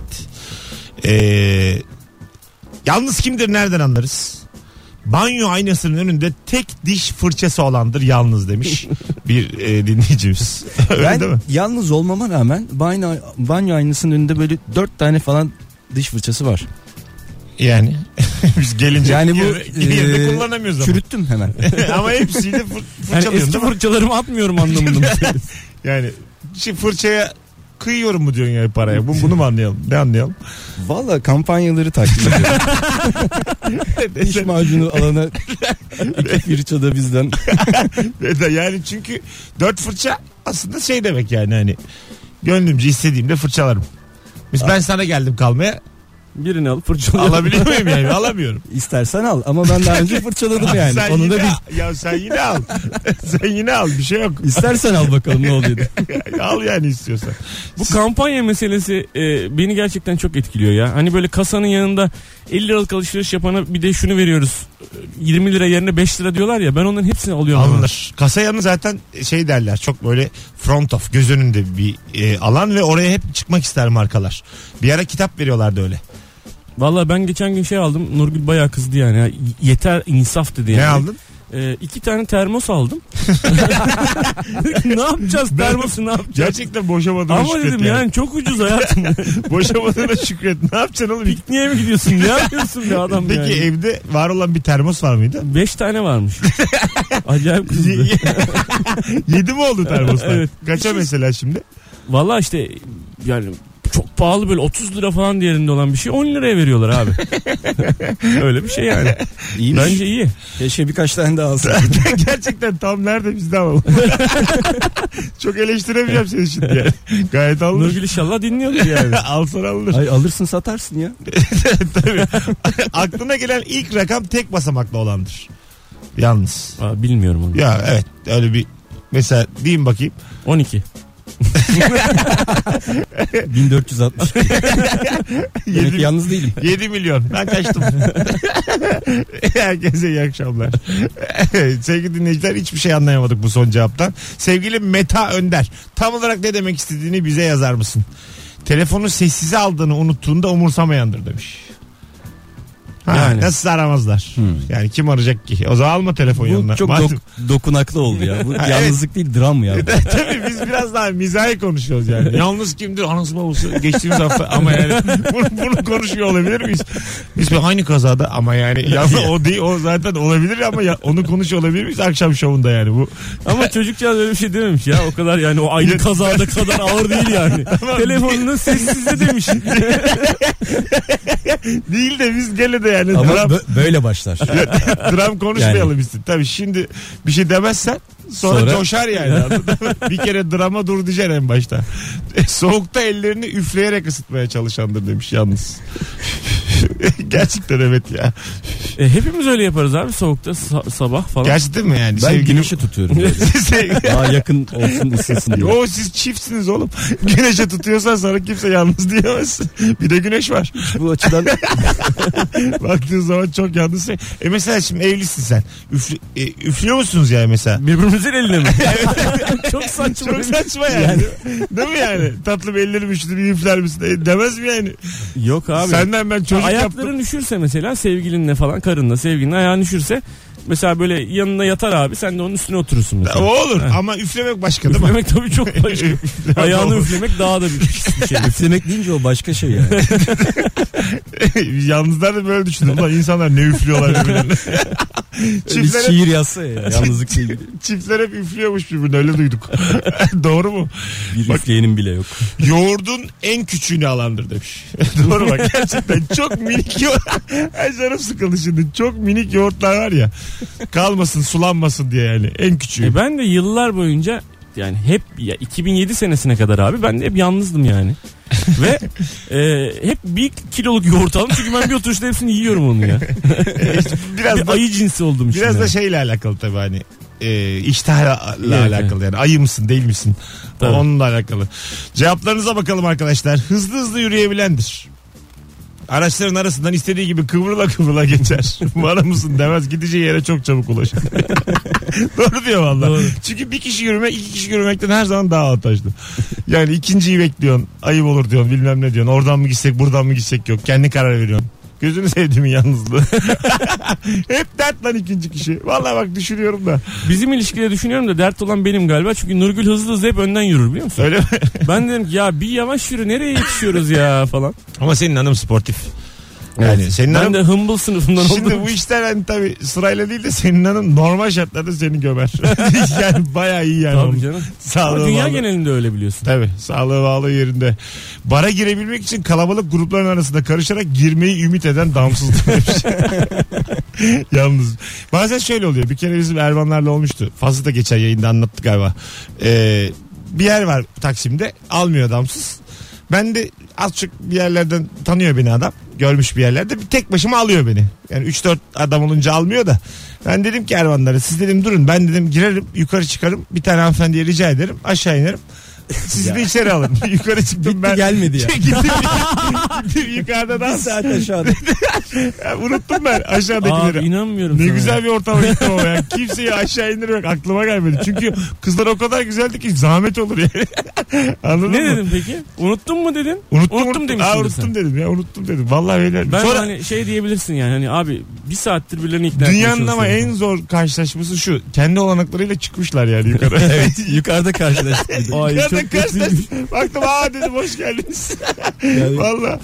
B: Ee, yalnız kimdir nereden anlarız? Banyo aynasının önünde tek diş fırçası olandır yalnız demiş bir e, dinleyicimiz. Öyle
D: Ben
B: değil mi?
D: yalnız olmama rağmen banyo, banyo aynasının önünde böyle dört tane falan diş fırçası var.
B: Yani biz gelince
D: Yani bu
B: yerine, yerine
D: e,
B: kullanamıyoruz ama.
D: çürüttüm hemen.
B: Ama hepsiyle fır,
C: Yani
B: fırçalıyorsun
C: eski
B: değil mi?
C: fırçalarımı atmıyorum anlamında.
B: Yani şimdi fırçaya kıyıyorum mu diyorsun yani paraya? Bunu, bunu mu anlayalım? Ne anlayalım?
D: Valla kampanyaları takip ediyorum. Diş macunu alana iki fırça da bizden.
B: Yani çünkü dört fırça aslında şey demek yani hani gönlümce istediğimde fırçalarım. Biz ben sana geldim kalmaya
C: Birini alıp fırçalıyorum.
B: alabiliyor muyum yani? Alamıyorum.
D: İstersen al ama ben daha önce fırçaladım yani.
B: Sen
D: Onu
B: yine
D: da bil.
B: al. Ya sen yine al. Sen yine al bir şey yok.
D: İstersen al bakalım ne oluyor.
B: Al yani istiyorsan.
C: Bu kampanya meselesi e, beni gerçekten çok etkiliyor ya. Hani böyle kasanın yanında elli liralık alışveriş yapana bir de şunu veriyoruz. yirmi lira yerine beş lira diyorlar ya, ben onların hepsini alıyorum.
B: Alınır. Kasa yanı zaten şey derler, çok böyle front of, göz önünde bir e, alan ve oraya hep çıkmak ister markalar. Bir ara kitap veriyorlardı öyle.
C: Vallahi ben geçen gün şey aldım. Nurgül bayağı kızdı yani. Ya, yeter insaf dedi yani.
B: Ne aldın?
C: Ee, iki tane termos aldım. Ne yapacağız termosu, ne yapacağız?
B: Gerçekten boşamadığına
C: Ama
B: şükret
C: dedim
B: yani.
C: yani çok ucuz hayatım.
B: Boşamadığına şükret. Ne yapacaksın oğlum?
C: Pikniğe mi gidiyorsun? Ne yapıyorsun be adam
B: Peki
C: yani?
B: evde var olan bir termos var mıydı?
C: Beş tane varmış. Acayip kızdı.
B: Yedi mi oldu termoslar?
C: Evet.
B: Kaça mesela şimdi?
C: Vallahi işte yani çok pahalı böyle otuz lira falan değerinde olan bir şey on liraya veriyorlar abi. Öyle bir şey yani.
D: İyiymiş.
C: Bence iyi.
D: Keşke birkaç tane daha alsın.
B: Gerçekten tam nerede bizde ama. Çok eleştiremeyeceğim seni şimdi yani. Gayet alınır.
C: Nurgül inşallah dinliyordur yani.
B: Alsan alınır.
D: Ay alırsın satarsın ya.
B: Tabii. Aklına gelen ilk rakam tek basamaklı olandır. Yalnız.
C: Aa, bilmiyorum onu.
B: Ya evet öyle bir mesela diyeyim bakayım.
C: on iki.
D: bin dört yüz altmış. Demek ki yalnız değilim.
B: yedi milyon. Ben kaçtım. Herkese iyi akşamlar. Sevgili dinleyiciler hiçbir şey anlayamadık bu son cevaptan. Sevgili Meta Önder, tam olarak ne demek istediğini bize yazar mısın? Telefonu sessize aldığını unuttuğunda umursamayandır demiş. Ha,
C: Yani.
B: Nasıl aramazlar?
D: Hmm.
B: Yani kim arayacak ki? O zaman alma telefon yanına.
D: Bu çok
B: Madem-
D: dok- dokunaklı oldu ya. Bu
B: Ha,
D: yalnızlık değil, dram ya.
B: Tabii biz biraz daha mizahi konuşuyoruz yani. Yalnız kimdir? Anası babası geçtiğimiz hafta ama yani bunu, bunu konuşuyor olabilir miyiz? Biz bir aynı kazada ama yani ya o değil, o zaten olabilir ama ya, onu konuşuyor olabilir miyiz akşam şovunda yani bu.
C: Ama çocukcağız öyle bir şey dememiş ya. O kadar yani o aynı kazada kadar ağır değil yani. Telefonunu sessizde demiş.
B: Değil de biz gene de yani
D: Ama
B: dram,
D: bö- böyle başlar.
B: dram konuşmayalım işte. Tabii şimdi bir şey demezsen sonra,
D: Sonra-
B: coşar yani. Anladın mı? Bir kere drama dur diyeceksin en başta. E, soğukta ellerini üfleyerek ısıtmaya çalışandır demiş yalnız. Gerçekten evet ya.
C: E, hepimiz öyle yaparız abi soğukta sa- sabah falan.
B: Gerçekten mi yani?
D: Ben
B: Sevgilim-
D: güneşi tutuyorum böyle.
B: Sevgili-
D: Daha yakın olsun ısınsın diye.
B: O siz çiftsiniz oğlum. Güneşe tutuyorsan sana kimse yalnız diyemez. Bir de güneş var.
D: Bu açıdan
B: Baktığın zaman çok yalnız. E mesela şimdi evlisin sen. Üflü, e, üflüyor musunuz yani mesela?
C: Birbirimizin eline mi? Çok saçma.
B: Çok saçma yani. Değil mi yani? Tatlı bir ellerim üşüdü bir üfler misin? E, demez mi yani?
C: Yok abi.
B: Senden ben çocuk
C: Ayakların
B: yaptım.
C: üşürse mesela sevgilinle falan karınla sevgilinle ayağın üşürse mesela böyle yanına yatar abi sen de onun üstüne oturursun mesela.
B: O olur
C: Ha.
B: ama üflemek başka değil mi?
C: Üflemek tabii çok başka. Ayağını üflemek daha da bir, bir şey.
D: üflemek deyince o başka şey yani.
B: Yalnızlar da böyle düşünür. Ulan insanlar ne üflüyorlar birbirlerine.
D: Bir
B: Çiftler hep,
D: şiir yazsa ya yalnızlıkla ilgili.
B: çiftler hep üflüyormuş birbirine öyle duyduk. Doğru mu?
D: Bir
B: Bak-
D: üfleyenin bile yok.
B: Yoğurdun en küçüğünü alandır demiş. Doğru bak gerçekten çok minik yoğurt. Ay canım sıkıldı şimdi. Çok minik yoğurtlar var ya. Kalmasın sulanmasın diye yani en küçüğü.
C: E ben de yıllar boyunca yani hep ya iki bin yedi senesine kadar abi ben de hep yalnızdım yani. Ve e, hep bir kiloluk yoğurt aldım çünkü ben bir oturuşta hepsini yiyorum onu ya.
B: biraz
C: Bir
B: da,
C: ayı cinsi oldum işte.
B: biraz da
C: yani.
B: şeyle alakalı tabii hani. E, iştahla
C: Evet,
B: alakalı yani ayı mısın değil misin
C: Tabii.
B: onunla alakalı. Cevaplarınıza bakalım arkadaşlar. Hızlı hızlı yürüyebilendir. Araçların arasından istediği gibi kıvrıla kıvrıla geçer. Bana mısın demez, gideceği yere çok çabuk ulaşır. Doğru diyor valla.
C: Doğru.
B: Çünkü bir kişi yürümek iki kişi yürümekten her zaman daha avantajlı. Yani ikinciyi bekliyorsun, ayıp olur diyorsun, bilmem ne diyorsun. Oradan mı gitsek buradan mı gitsek yok. Kendi karar veriyorsun. Gözünü sevdiğimin yalnızlığı. Hep dert lan ikinci kişi. Valla bak düşünüyorum da.
C: Bizim ilişkide düşünüyorum da dert olan benim galiba. Çünkü Nurgül hızlı hızlı hep önden yürür biliyor musun?
B: Öyle mi?
C: Ben dedim ki ya bir yavaş yürü nereye yetişiyoruz ya falan.
B: Ama senin hanım sportif. Yani senin
C: Ben
B: hanım...
C: de humble sınıfından
B: Şimdi
C: oldum.
B: bu işler hani tabii sırayla değil de senin hanım normal şartlarda seni gömer. Yani bayağı iyi yani.
C: Tabii
B: onun.
C: canım.
B: Sağlığı
C: Ama dünya
B: bağlı.
C: genelinde öyle biliyorsun.
B: Tabii sağlığı bağlı yerinde. Bara girebilmek için kalabalık grupların arasında karışarak girmeyi ümit eden damsızlık demiş. Yalnız. Bazen şöyle oluyor. Bir kere bizim Ermanlarla olmuştu. Fazla da geçen yayında anlattı galiba. Ee, bir yer var Taksim'de. Almıyor damsız. Ben de az çok bir yerlerden tanıyor beni adam. Görmüş bir yerlerde. Bir tek başıma alıyor beni. Yani üç dört adam olunca almıyor da. Ben dedim ki Ermanlara siz dedim durun. Ben dedim girerim yukarı çıkarım. Bir tane hanımefendiye rica ederim. Aşağı inerim. Siz de içeri alın. Yukarı çıktım
D: Gitti
B: ben.
D: gelmedi ya.
B: Gittim, gittim yukarıda
D: Bir
B: dans.
D: saat aşağıda.
B: Ya, unuttum ben
C: Abi
B: aşağıdakileri.
C: inanmıyorum
B: Ne
C: sana.
B: güzel bir ortama gittim ama ya. Kimseyi aşağı indirmek aklıma gelmedi. Çünkü kızlar o kadar güzeldi ki zahmet olur yani. Anladın
C: Ne
B: mı?
C: dedim peki? Unuttun mu dedin?
B: Unuttum,
C: unuttum
B: unuttum.
C: demişsin
B: Aa,
C: de
B: unuttum
C: sen.
B: dedim ya unuttum dedim. Vallahi öyle.
C: Ben
B: Sonra
C: hani şey diyebilirsin yani hani abi bir saattir birilerini ikna etmeye
B: dünyanın ama
C: çalışıyorum.
B: en zor karşılaşması şu. Kendi olanaklarıyla çıkmışlar yani yukarı.
D: Evet yukarıda karşılaştık.
C: Ay,
B: Yukarıda
C: çok
B: karşılaştık. Baktım aa dedim hoş geldiniz.
D: Yani-
B: Valla.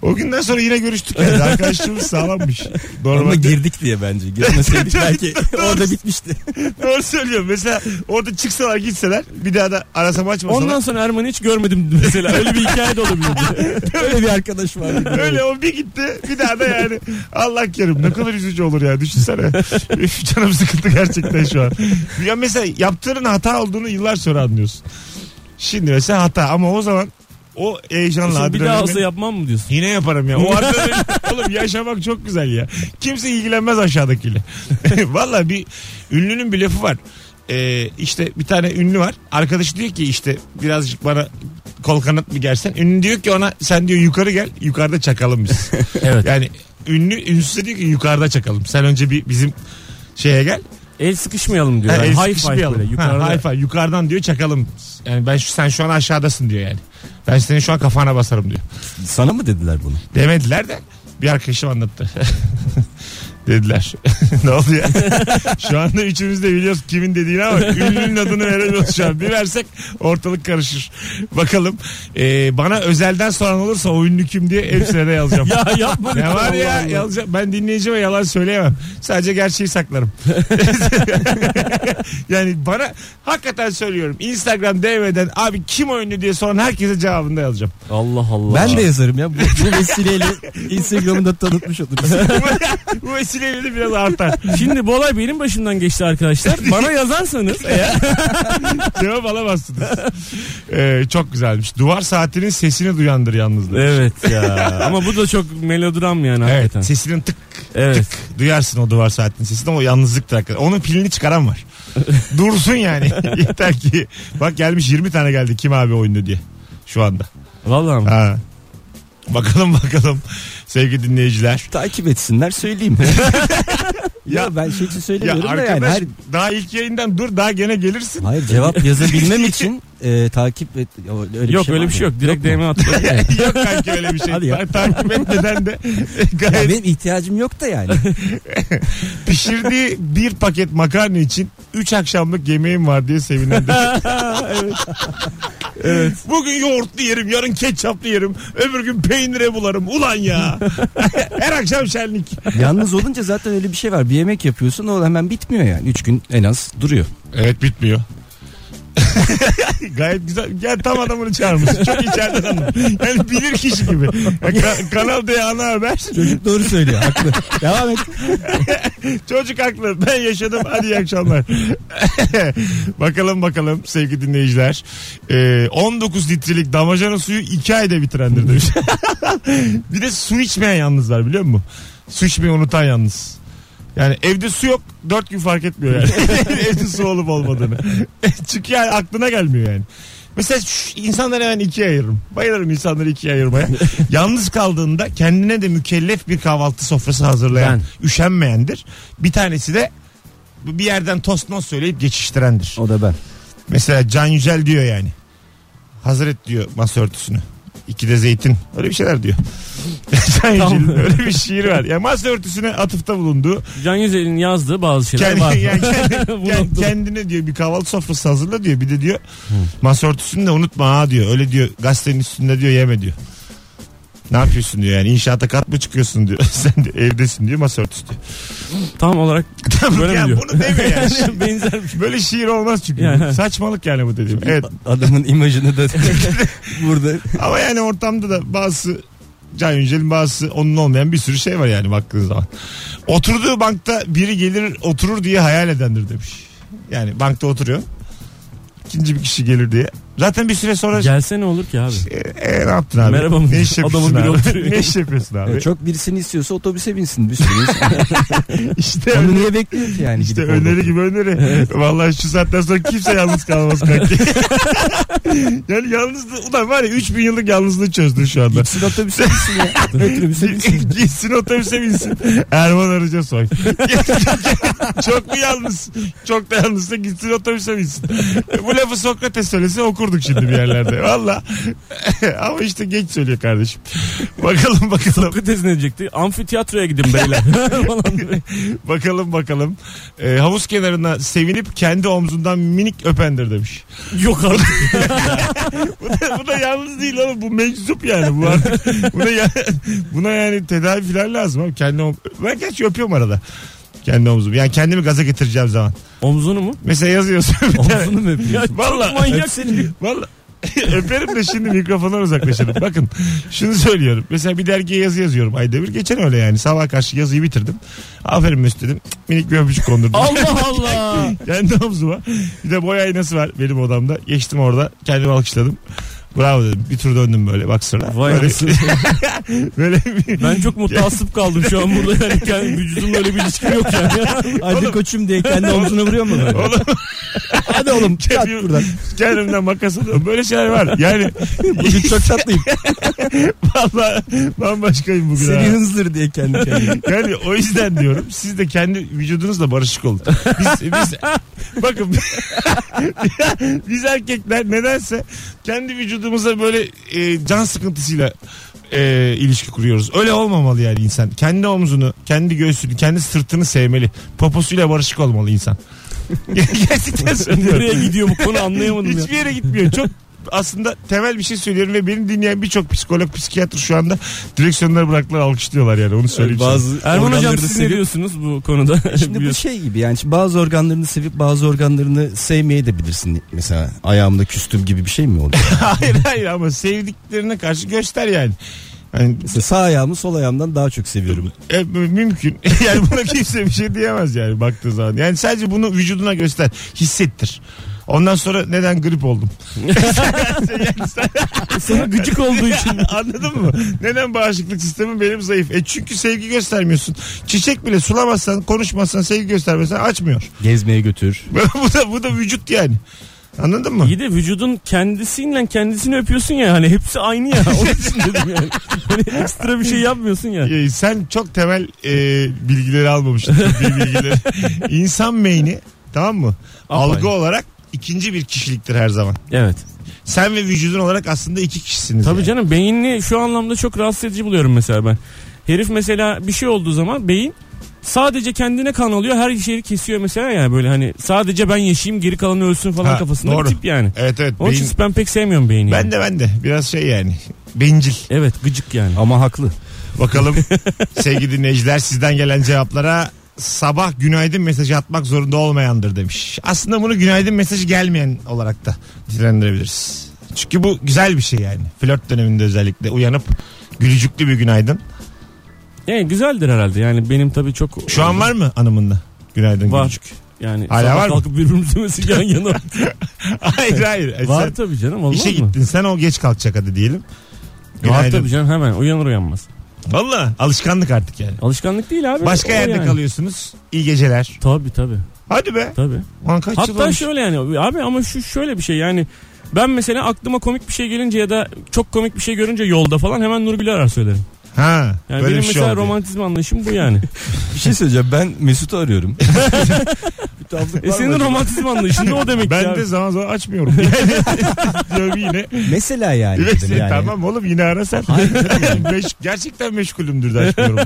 B: O günden sonra yine görüştük yani. Arkadaşlığımız sağlammış.
D: Ama
B: Normalde.
D: girdik diye bence. Girmeseydik belki orada bitmişti.
B: Doğru söylüyorum. Mesela orada çıksalar gitseler bir daha da arasam açmasalar.
C: Ondan sonra Erman'ı hiç görmedim mesela. Öyle bir hikaye de olabilirdi.
D: Öyle bir arkadaş var.
B: Öyle o bir gitti. Bir daha da yani Allah kerim ne kadar üzücü olur ya düşünsene. Üf, canım sıkıldı gerçekten şu an. Ya mesela yaptığın hata olduğunu yıllar sonra anlıyorsun. Şimdi mesela hata ama o zaman o heyecanla
C: Şimdi bir daha
B: adrenalin-
C: olsa yapmam mı diyorsun?
B: Yine yaparım ya. O adrenalin oğlum yaşamak çok güzel ya. Kimse ilgilenmez aşağıdakiyle. Valla bir ünlünün bir lafı var. Ee, işte bir tane ünlü var. Arkadaşı diyor ki işte birazcık bana kol kanat mı gersen. Ünlü diyor ki ona sen diyor yukarı gel. Yukarıda çakalım biz.
C: Evet.
B: Yani ünlü ünsüze diyor ki yukarıda çakalım. Sen önce bir bizim şeye gel.
C: El sıkışmayalım diyor.
B: Ha,
C: Yani
B: el
C: high five
B: sıkışmayalım.
C: böyle yukarıda.
B: Ha, high five. Yukarıdan diyor çakalım. Yani ben şu, sen şu an aşağıdasın diyor yani. Ben senin şu an kafana basarım diyor.
D: Sana mı dediler bunu?
B: Demediler de bir arkadaşım anlattı. Dediler. Ne oldu ya? Şu anda üçümüz de biliyoruz kimin dediğini ama ünlünün adını veremiyoruz şu an. Bir versek ortalık karışır. Bakalım. Ee, bana özelden soran olursa o ünlü kim diye hepsine de yazacağım.
C: Ya yapma.
B: Ne var ya
C: Allah Allah.
B: yazacağım. Ben dinleyicime yalan söyleyemem. Sadece gerçeği saklarım. Yani bana hakikaten söylüyorum. Instagram D M'den abi kim o ünlü diye soran herkese cevabını da yazacağım.
C: Allah Allah.
D: Ben de yazarım ya. Bu, bu vesileyle Instagram'da tanıtmış oluruz.
B: Bu vesileyle de biraz artar.
C: Şimdi bu olay benim başımdan geçti arkadaşlar. Bana yazarsanız eğer
B: Cevap alamazsınız. Ee, çok güzelmiş. Duvar saatinin sesini duyandır yalnızlığı.
C: evet ya. Ama bu da çok melodram yani
B: Evet.
C: hakikaten.
B: Sesinin tık
C: Evet.
B: tık duyarsın o duvar saatinin sesini. O yalnızlıktır hakikaten. Onun pilini çıkaran var. Dursun yani. Yeter ki. Bak gelmiş yirmi tane geldi kim abi oyunu diye. Şu anda.
C: Vallahi mi?
B: Ha. Bakalım bakalım sevgili dinleyiciler.
D: Takip etsinler söyleyeyim. ya ben şey için
B: Ya
D: söylemiyorum da
B: arkadaş
D: yani. Her...
B: daha ilk yayından dur daha gene gelirsin.
D: Hayır cevap yazabilmem için e, takip et. Öyle bir
C: Yok
D: şey
C: öyle
D: var
C: bir şey
D: mı?
C: yok. Direkt
D: mu?
C: D M attım.
B: Yok kanki öyle bir şey.
D: Hadi ya.
B: Ta- takip etmeden de
D: Ya
B: gayet
D: benim ihtiyacım yok da yani.
B: pişirdiği bir paket makarna için üç akşamlık yemeğim var diye sevinen de.
C: evet. Evet.
B: Bugün yoğurtlu yerim, yarın ketçaplı yerim, öbür gün peynire bularım. Ulan ya. Her akşam şenlik.
D: Yalnız olunca zaten öyle bir şey var. Bir yemek yapıyorsun o hemen bitmiyor yani. Üç gün en az duruyor.
B: Evet bitmiyor. Gayet güzel. Gel tam adamını çağırmışsın. Çok içeriden anladım. Yani bilir kişi gibi. Ka- Kanal D ana haber.
D: Çocuk doğru söylüyor. Haklı. Devam et.
B: Çocuk haklı. Ben yaşadım. Hadi iyi akşamlar. Bakalım bakalım sevgili dinleyiciler. Ee, on dokuz litrelik damacana suyu iki ayda bitirendir demiş. Bir de su içmeyen yalnız var biliyor musun? Su içmeyi unutan yalnız. Yani evde su yok dört gün fark etmiyor yani. Evde su olup olmadığını. Çünkü yani aklına gelmiyor yani. Mesela şu insanları ben ikiye ayırırım. Bayılırım insanları ikiye ayırmaya. Yalnız kaldığında kendine de mükellef bir kahvaltı sofrası hazırlayan,
C: Ben.
B: üşenmeyendir. Bir tanesi de bir yerden tost most söyleyip geçiştirendir.
D: O da ben.
B: Mesela Can Yücel diyor yani. Hazır et diyor masa örtüsünü. İki de zeytin. Öyle bir şeyler diyor. Can Yücel'in öyle bir şiir var. Yani masa örtüsüne atıfta bulunduğu.
C: Can Yücel'in yazdığı bazı şeyler
B: Kendi,
C: var.
B: yani kendi-
C: Bu
B: yani
C: noktada.
B: kendine diyor bir kahvaltı sofrası hazırla diyor. Bir de diyor masa örtüsünü de unutma ha diyor. Öyle diyor gazetenin üstünde diyor yeme diyor. Ne yapıyorsun diyor yani inşaata kat mı çıkıyorsun diyor. Sen de evdesin diyor masa örtüsü diyor.
C: Tam olarak böyle mi
B: yani
C: diyor?
B: bunu deme yani.
C: Yani benzer bir şey.
B: Böyle şiir olmaz çünkü.
C: Yani.
B: Saçmalık yani bu dediğim. Evet.
D: Adamın imajını da burada.
B: Ama yani ortamda da bazı Can Yücel'in bazısı onun olmayan bir sürü şey var yani baktığın zaman. Oturduğu bankta biri gelir oturur diye hayal edendir demiş. Yani bankta oturuyor. İkinci bir kişi gelir diye. Zaten bir süre sonra
C: Gelse ne olur ki abi?
B: e, e, ne yaptın abi?
C: Merhaba mı?
B: Ne iş yapıyorsun
C: Adamın biri
B: abi?
C: oturuyor.
B: Ne iş yapıyorsun abi?
D: Çok birisini istiyorsa otobüse binsin bir sürü insan.
B: İşte
D: Onu
B: öyle-
D: niye bekliyor ki yani?
B: İşte
D: gidip
B: öneri
D: orada?
B: gibi öneri. Vallahi şu saatten sonra kimse yalnız kalmaz kanki. Yani yalnızlığı ulan var ya üç bin yıllık yalnızlığı çözdün şu anda.
D: Gitsin otobüse binsin ya. Metrobüse binsin.
B: Gitsin otobüse binsin. Erman Arıca soy. Çok mu yalnız? Çok da yalnızsa gitsin otobüse binsin. Bu lafı Sokrates söylese okur kurduk şimdi bir yerlerde. Valla. Ama işte geç söylüyor kardeşim. Bakalım bakalım.
C: Sokrates ne diyecekti? Amfiteyatroya gidin beyler. Falan böyle.
B: Bakalım bakalım. Ee, havuz kenarına sevinip kendi omzundan minik öpendir demiş.
C: Yok artık.
B: bu, da, bu da yalnız değil oğlum. Bu meczup yani. Bu artık, buna, ya, buna yani tedavi falan lazım. Abi. Kendi om- ben gerçi öpüyorum arada. Kendi omzumu. Yani kendimi gaza getireceğim zaman.
C: Omzunu mu?
B: Mesela yazıyorsun.
C: Omzunu mu öpüyor?
B: Vallahi.
C: Manyak seni.
B: Vallahi. Öperim de şimdi mikrofondan uzaklaşalım. Bakın şunu söylüyorum. Mesela bir dergiye yazı yazıyorum ayda bir. Geçen öyle yani. Sabah karşı yazıyı bitirdim. Aferin Mesut dedim. Minik bir öpücük kondurdum.
C: Allah Allah.
B: Kendi omzuma. Bir de boy aynası var benim odamda. Geçtim orada. Kendimi alkışladım. Bravo dedim. Bir tur döndüm böyle bak sıra.
C: Vay
B: böyle,
C: anasını.
B: böyle bir...
C: Ben çok mutaassıp kaldım şu an burada. Yani kendi vücudumla öyle bir ilişkim yok yani.
D: Hadi koçum diye kendi omzuna vuruyor mu böyle?
B: Oğlum,
D: Hadi oğlum çat buradan.
B: kendimden makas alıyorum. Böyle şeyler var. Yani
D: Bugün çok tatlıyım.
B: vallahi bambaşkayım bugün.
D: Seni
B: ha.
D: hınzır diye kendi kendine.
B: Yani o yüzden diyorum siz de kendi vücudunuzla barışık olun. Biz, biz bakın biz erkekler nedense kendi vücudumuza böyle e, can sıkıntısıyla e, ilişki kuruyoruz. Öyle olmamalı yani insan. Kendi omzunu, kendi göğsünü, kendi sırtını sevmeli. Poposuyla barışık olmalı insan. Gerçekten söylüyorum.
C: Nereye gidiyor bu konu anlayamadım ya.
B: Hiçbir yere gitmiyor. Çok aslında temel bir şey söylüyorum ve beni dinleyen birçok psikolog, psikiyatr şu anda direksiyonları bıraktılar alkışlıyorlar yani onu söyleyeyim.
D: Bazı
C: Erman hocam
D: organlarını
C: siz ne
D: sevip-
C: diyorsunuz bu konuda?
D: Şimdi bu şey gibi yani şimdi bazı organlarını sevip bazı organlarını sevmeye de bilirsin. Mesela ayağımda küstüm gibi bir şey mi oluyor?
B: hayır hayır ama sevdiklerine karşı göster yani. Yani
D: Mesela sağ ayağımı sol ayağımdan daha çok seviyorum.
B: e, mümkün. Yani buna kimse bir şey diyemez yani baktığı zaman. Yani sadece bunu vücuduna göster, hissettir. Ondan sonra neden grip oldum? Yani sen-
C: Sana gıcık olduğu için.
B: Anladın mı? Neden bağışıklık sistemim benim zayıf? E çünkü sevgi göstermiyorsun. Çiçek bile sulamazsan, konuşmazsan, sevgi göstermezsen açmıyor.
D: Gezmeye götür.
B: bu da bu da vücut yani. Anladın mı?
C: İyi de vücudun kendisiyle kendisini öpüyorsun ya hani hepsi aynı ya. Onun için dedim yani. Hani ekstra bir şey yapmıyorsun ya.
B: E, sen çok temel e, bilgileri almamışsın. tıbbi bilgileri. İnsan beyni tamam mı?
C: Apayrı.
B: Algı olarak ikinci bir kişiliktir her zaman.
C: Evet.
B: Sen ve vücudun olarak aslında iki kişisiniz.
C: Tabii
B: yani.
C: canım beyinli şu anlamda çok rahatsız edici buluyorum mesela ben. Herif mesela bir şey olduğu zaman beyin sadece kendine kan alıyor her şeyi kesiyor mesela yani böyle hani sadece ben yaşayayım geri kalanı ölsün falan
B: Ha,
C: kafasında
B: doğru.
C: bir tip yani.
B: Evet evet.
C: Onun
B: Beyin,
C: için ben pek sevmiyorum beyni.
B: ben
C: yani.
B: de ben de biraz şey yani bencil.
C: Evet gıcık yani.
D: Ama haklı.
B: Bakalım sevgili dinleyiciler sizden gelen cevaplara sabah günaydın mesajı atmak zorunda olmayandır demiş. Aslında bunu günaydın mesajı gelmeyen olarak da dilendirebiliriz. Çünkü bu güzel bir şey yani. Flört döneminde özellikle uyanıp gülücüklü bir günaydın.
C: Yani güzeldir herhalde yani benim tabii çok.
B: Şu an var mı anımında günaydın
C: Var.
B: gülücük?
C: Yani
B: Hala
C: sabah
B: var mı?
C: kalkıp birbirimizi mesela yan yana.
B: Hayır hayır. E
C: Var
B: sen
C: tabii canım olmaz
B: İşe
C: mı?
B: gittin sen o geç kalkacak hadi diyelim.
C: Var
B: Günaydın.
C: tabii canım hemen uyanır uyanmaz.
B: Valla alışkanlık artık yani.
C: Alışkanlık değil abi.
B: Başka
C: o
B: yerde
C: yani.
B: kalıyorsunuz. İyi geceler.
C: Tabii tabii.
B: Hadi be.
C: Tabii.
B: Ulan kaç yıl
C: Hatta
B: olmuş?
C: şöyle yani abi ama şu şöyle bir şey yani ben mesela aklıma komik bir şey gelince ya da çok komik bir şey görünce yolda falan hemen Nurgül'ü arar söylerim.
B: Ha,
C: Yani
B: böyle
C: benim
B: bir şey
C: mesela
B: oldu.
C: romantizm anlayışım bu yani.
D: Bir şey söyleyeceğim ben Mesut'u arıyorum. Bir tuhaflık
C: e
D: var mı
C: senin
D: acaba?
C: romantizm anlayışın da o demek
B: Ben
C: ya.
B: de zaman zaman açmıyorum. Diyorum yine.
D: Mesela yani.
B: Mesela
D: dedim yani.
B: tamam oğlum yine ara sen. Meş- gerçekten meşgulümdür de açmıyorum.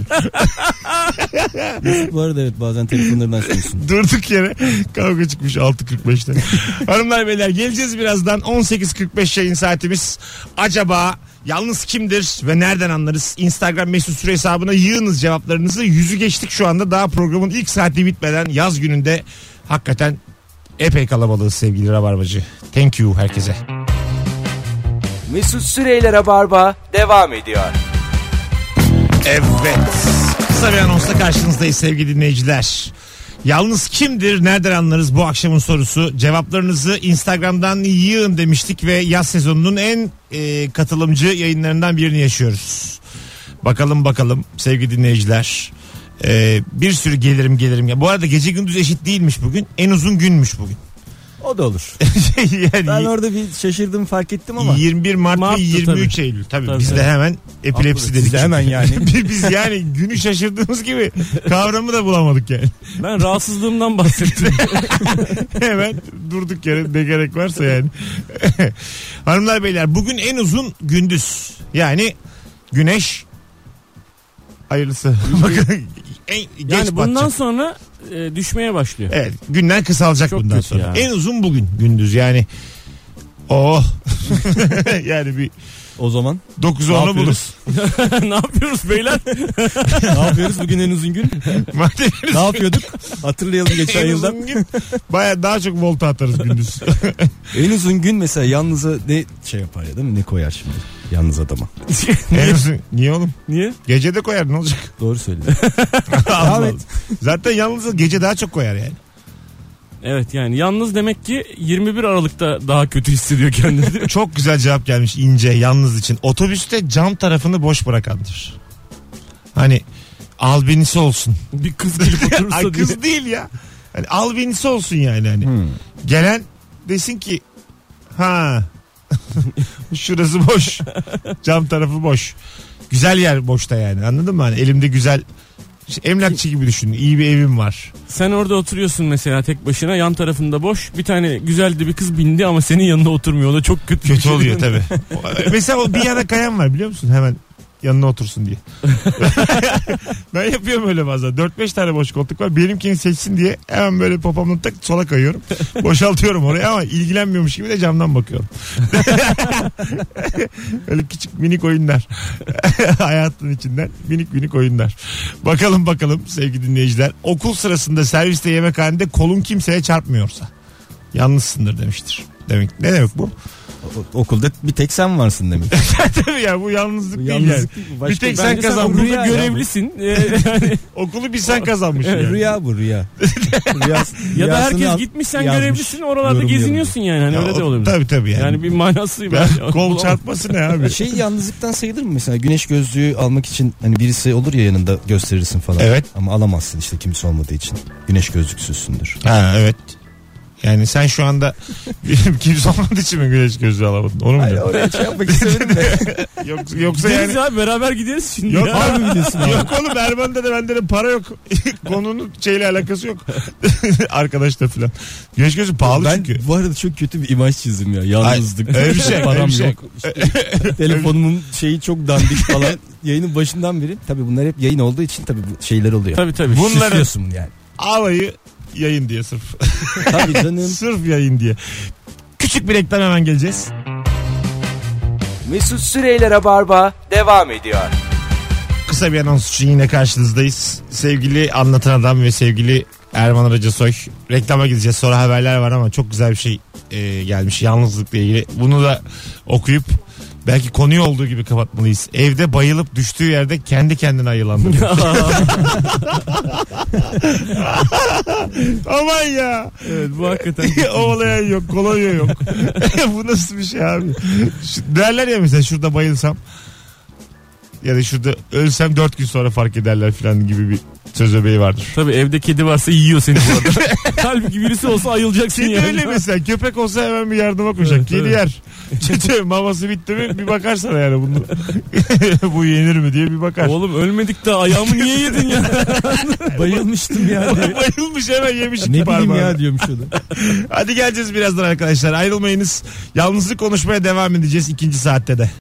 D: Mesut bu arada evet bazen telefonlarını açmıyorsun.
B: Durduk yere kavga çıkmış altı kırk beşte. Hanımlar beyler geleceğiz birazdan. on sekiz kırk beş yayın saatimiz. Acaba yalnız kimdir ve nereden anlarız? Instagram mesut süre hesabına yığınız cevaplarınızı. Yüzü geçtik şu anda. Daha programın ilk saati bitmeden yaz gününde hakikaten epey kalabalığız sevgili Rabarbacı. Thank you herkese.
A: Mesut Süreyler'e barba devam ediyor.
B: Evet. Kısa bir anonsla karşınızdayız sevgili dinleyiciler. Yalnız kimdir? Nereden anlarız bu akşamın sorusu? Cevaplarınızı Instagram'dan yığın demiştik ve yaz sezonunun en e, katılımcı yayınlarından birini yaşıyoruz. Bakalım bakalım sevgili dinleyiciler. E, bir sürü gelirim gelirim. Ya bu arada gece gündüz eşit değilmiş bugün. En uzun günmüş bugün.
D: O da olur.
B: Yani
D: Ben orada bir şaşırdım fark ettim ama.
B: yirmi bir Mart ve
C: Mart'tı
B: yirmi üç
C: tabii.
B: Eylül. Tabii,
C: Tabii,
B: biz de
C: tabii.
B: hemen epilepsi dedik.
D: Biz de hemen yani.
B: Biz yani günü şaşırdığımız gibi kavramı da bulamadık yani.
C: Ben rahatsızlığımdan bahsettim.
B: Hemen durduk yere ne gerek varsa yani. Hanımlar beyler, bugün en uzun gündüz. Yani güneş hayırlısı. Bakın en geç
C: Yani bundan
B: batacak.
C: sonra e, düşmeye başlıyor.
B: Evet, günler kısalacak
C: Çok
B: bundan
C: kötü
B: sonra.
C: ya.
B: En uzun bugün gündüz yani. Oh. Yani bir
D: O zaman
B: dokuz
D: ne
B: onu
D: yapıyoruz?
B: bulur.
C: Ne yapıyoruz beyler?
D: Ne yapıyoruz bugün en uzun gün?
B: Madem
D: Ne yapıyorduk? Hatırlayalım geçen
B: en
D: yıldan.
B: uzun gün baya daha çok volta atarız gündüz.
D: En uzun gün mesela yalnıza ne şey yapar ya değil mi? Ne koyar şimdi yalnız adama?
B: En uzun, niye oğlum?
C: Niye?
B: Gece de koyar, ne olacak?
D: Doğru söylüyorsun.
B: Allah Allah.
D: Evet.
B: Zaten yalnız gece daha çok koyar yani.
C: Evet, yani yalnız demek ki yirmi bir Aralık'ta daha kötü hissediyor kendini.
B: Çok güzel cevap gelmiş ince, yalnız için. Otobüste cam tarafını boş bırakandır. Hani albinisi olsun.
C: Bir kız gelip oturursa
B: Ay
C: diye.
B: kız değil ya. Hani albinisi olsun yani hani.
D: Hmm.
B: Gelen desin ki ha şurası boş. Cam tarafı boş. Güzel yer boşta yani, anladın mı? Hani elimde güzel işte emlakçı gibi düşün. İyi bir evim var.
C: Sen orada oturuyorsun mesela tek başına, yan tarafında boş. Bir tane güzel de bir kız bindi ama senin yanında oturmuyor. O da çok kötü. bir
B: Kötü
C: şey.
B: oluyor tabii. Mesela o bir yana kayan var biliyor musun? Hemen yanına otursun diye. Ben yapıyorum öyle bazen. dört beş tane boş koltuk var. Benimkini seçsin diye hemen böyle popomla tak sola kayıyorum. Boşaltıyorum oraya ama ilgilenmiyormuş gibi de camdan bakıyorum. Öyle küçük minik oyunlar. Hayatın içinden minik minik oyunlar. Bakalım bakalım sevgili dinleyiciler. Okul sırasında serviste yemekhanede kolun kimseye çarpmıyorsa yalnızsındır demiştir. Demek, ne demek bu?
D: O- Okulda bir tek sen varsın demek.
B: Tabii ya, bu yalnızlık
D: Bu
B: değil yani.
D: yalnızlık değil, bu başka
B: Bir tek
D: bir-
B: sen
C: Bence sen
B: kazanmışsın.
C: okulda
D: Rüya ya
C: görevlisin. Ee, yani,
B: Okulu bir sen kazanmışsın yani.
D: Rüya bu rüya. Rüya
C: ya da
D: rüyasını
C: herkes
D: al-
C: gitmiş, sen
D: yazmış.
C: görevlisin, oralarda
D: Yorumlayalım.
C: geziniyorsun yani. Hani
B: Ya
C: öyle de
B: o-
C: olabilir.
B: Tabii tabii yani.
C: Yani bir manası
B: Ya,
C: ben.
B: kol çarpması ne abi?
D: Şey yalnızlıktan sayılır mı mesela? Güneş gözlüğü almak için hani birisi olur ya yanında, gösterirsin falan.
B: Evet.
D: Ama alamazsın işte kimse olmadığı için. Güneş gözlüksüzsündür.
B: Ha evet. Yani sen şu anda kimse olmadığı için mi güneş gözlüğü alamadın? Onu mu
D: Hayır,
B: diyorsun?
D: oraya şey yapmak istemedim de.
B: Yoksa, yoksa
C: Gideriz
B: yani...
C: abi, beraber gideriz şimdi.
B: Yok
C: ya.
B: abi biliyorsun. Yok oğlum, Erman'da da bende de para yok. Konunun şeyle alakası yok. Arkadaşla falan. Güneş gözlüğü pahalı
D: Ben
B: çünkü.
D: bu arada çok kötü bir imaj çizdim ya. Yalnızlık.
B: Ay, öyle bir şey, öyle
D: Param
B: bir şey.
D: yok. İşte telefonumun şeyi çok dandik falan. Yayının başından beri. Tabii bunlar hep yayın olduğu için tabii bu şeyler oluyor.
C: Tabii tabii.
B: Bunların
D: Süslüyorsun yani.
B: alayı yayın diye sırf.
D: Tabii canım.
B: Sırf yayın diye. Küçük bir reklam, hemen geleceğiz.
A: Mesut Süreyler'e barba devam ediyor.
B: Kısa bir anons için yine karşınızdayız. Sevgili anlatan adam ve sevgili Erman Arıcasoy. Reklama gideceğiz, sonra haberler var ama çok güzel bir şey e, gelmiş yalnızlıkla ilgili. Bunu da okuyup belki konuyu olduğu gibi kapatmalıyız. Evde bayılıp düştüğü yerde kendi kendine ayılandırıyor. Aman ya.
C: Evet, bu hakikaten.
B: Ovalayan yok, kolonya yok. Bu nasıl bir şey abi? Şu, derler ya mesela şurada bayılsam ya da şurada ölsem dört gün sonra fark ederler falan gibi bir söz öbeği vardır.
C: Tabii evde kedi varsa yiyor seni bu arada. Halbuki birisi olsa ayılacaksın
B: Kedi
C: yani.
B: öyle mesela, köpek olsa hemen bir yardıma koşar.
C: Evet,
B: Kedi
C: evet.
B: yer. Çünkü maması bitti mi bir bakarsana yani bunu. Bu yenir mi diye bir bakar.
C: Oğlum ölmedik de ayağımı niye yedin ya?
D: Bayılmıştım ya.
B: Bayılmış, hemen yemiş iki
D: Ne bileyim
B: parmağını.
D: ya diyormuş o da.
B: Hadi geleceğiz birazdan arkadaşlar, ayrılmayınız. Yalnızlık konuşmaya devam edeceğiz ikinci saatte de.